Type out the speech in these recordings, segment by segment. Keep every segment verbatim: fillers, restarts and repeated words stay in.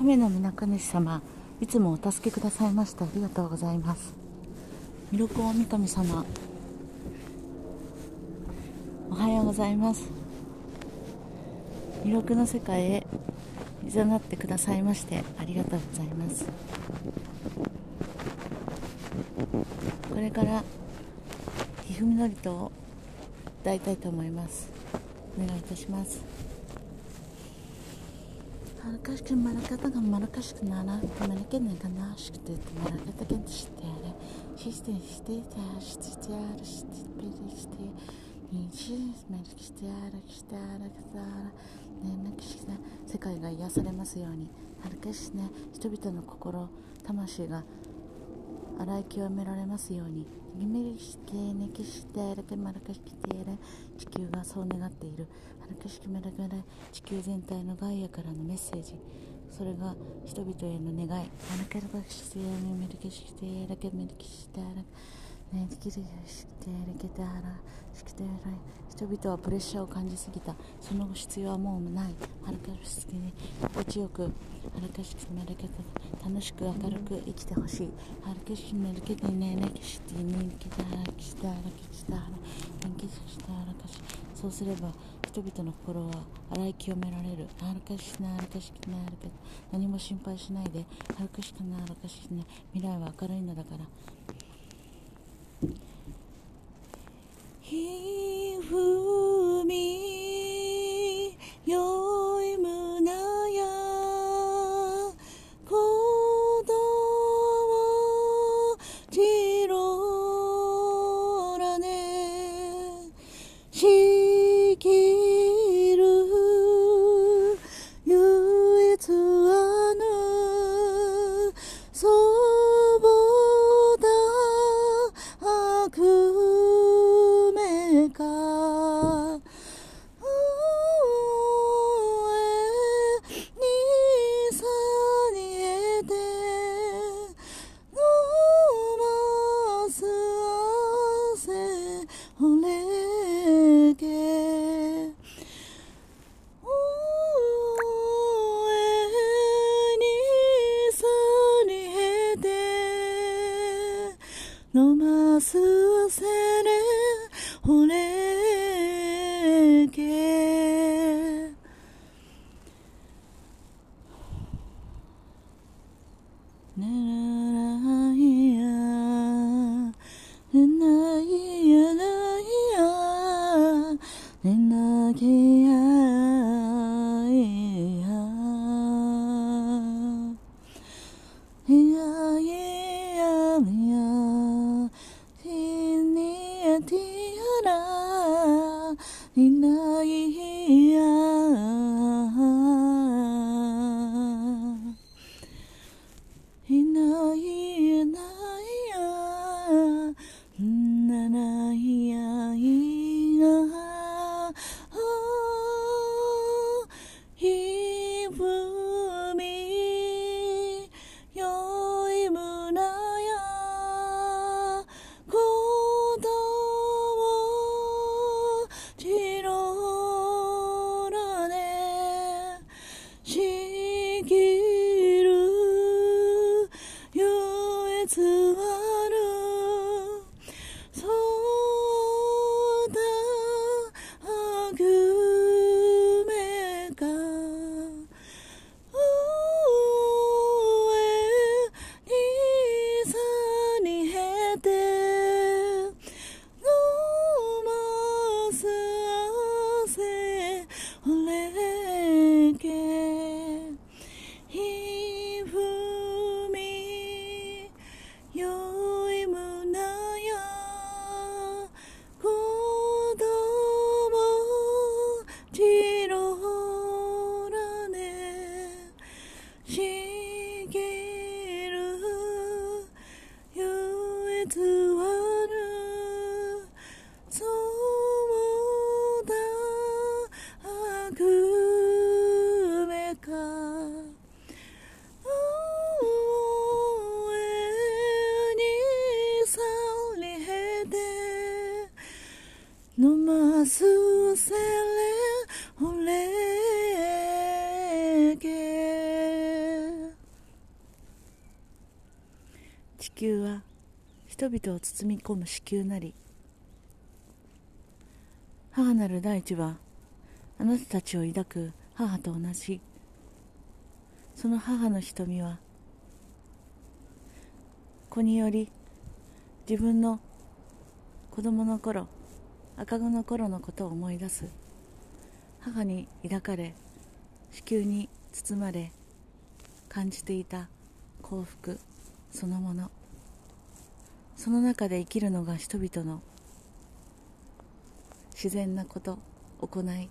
亀の皆主様、いつもお助けくださいましてありがとうございます。弥勒大神様、おはようございます。弥勒の世界へいざなってくださいましてありがとうございます。これからひふみのりとを歌いたいと思います。お願いいたします。はるかしくまらかたがまらかしくならまらけねがなしくてまらかたけんとしてやれししてしてやしてやるしてペリしてにしめるしてやるしてやるしてやるねなきして世界が癒されますように。はるかしね人々の心魂が洗い清められますように。夢りしてねきしてやるけまらかしきてやれ地球がそう願っている。はるかしくめらがれ地球全体のガイアからのメッセージ、それが人々への願い。はるかしてやるめるけしてやるけめるけしてやるねできるしてやるけたらしてやる。人々はプレッシャーを感じすぎた。その必要はもうない。はるかしくに心地よく、はるかしくめるけた楽しく明るく生きてほしい。はるかしくめるけてねねきしてねきたらきしたらきしたらねきしたらかし、そうすれば人々の心は洗い清められる。はるかしなはるかしくなるけど何も心配しないで。はるかしくなはるかしくね未来は明るいのだから。ひふみよいむなやこどじろらねしきる唯一あぬそぼだあくめかのますせれほれけねらいやねないやないやねなきやいやいやいやいやティアラいないやいないやないやなないやいやひふみよいむなやこどじろらねしきる唯一あるそうだあぐめかうえにさにへてのますあせほれけひふみよいむなやこどもじろらねしきる唯一あるそうだあくめかのますせれほれけ人々を包み込む子宮なり、母なる大地はあなたたちを抱く母と同じ。その母の瞳は子により自分の子供の頃、赤子の頃のことを思い出す。母に抱かれ、子宮に包まれ感じていた幸福そのもの。その中で生きるのが人々の自然なこと、行い。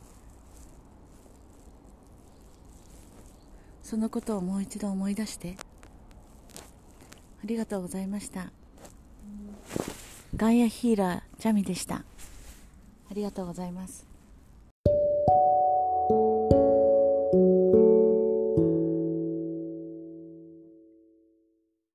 そのことをもう一度思い出して。ありがとうございました。ガイアヒーラージャミでした。ありがとうございます。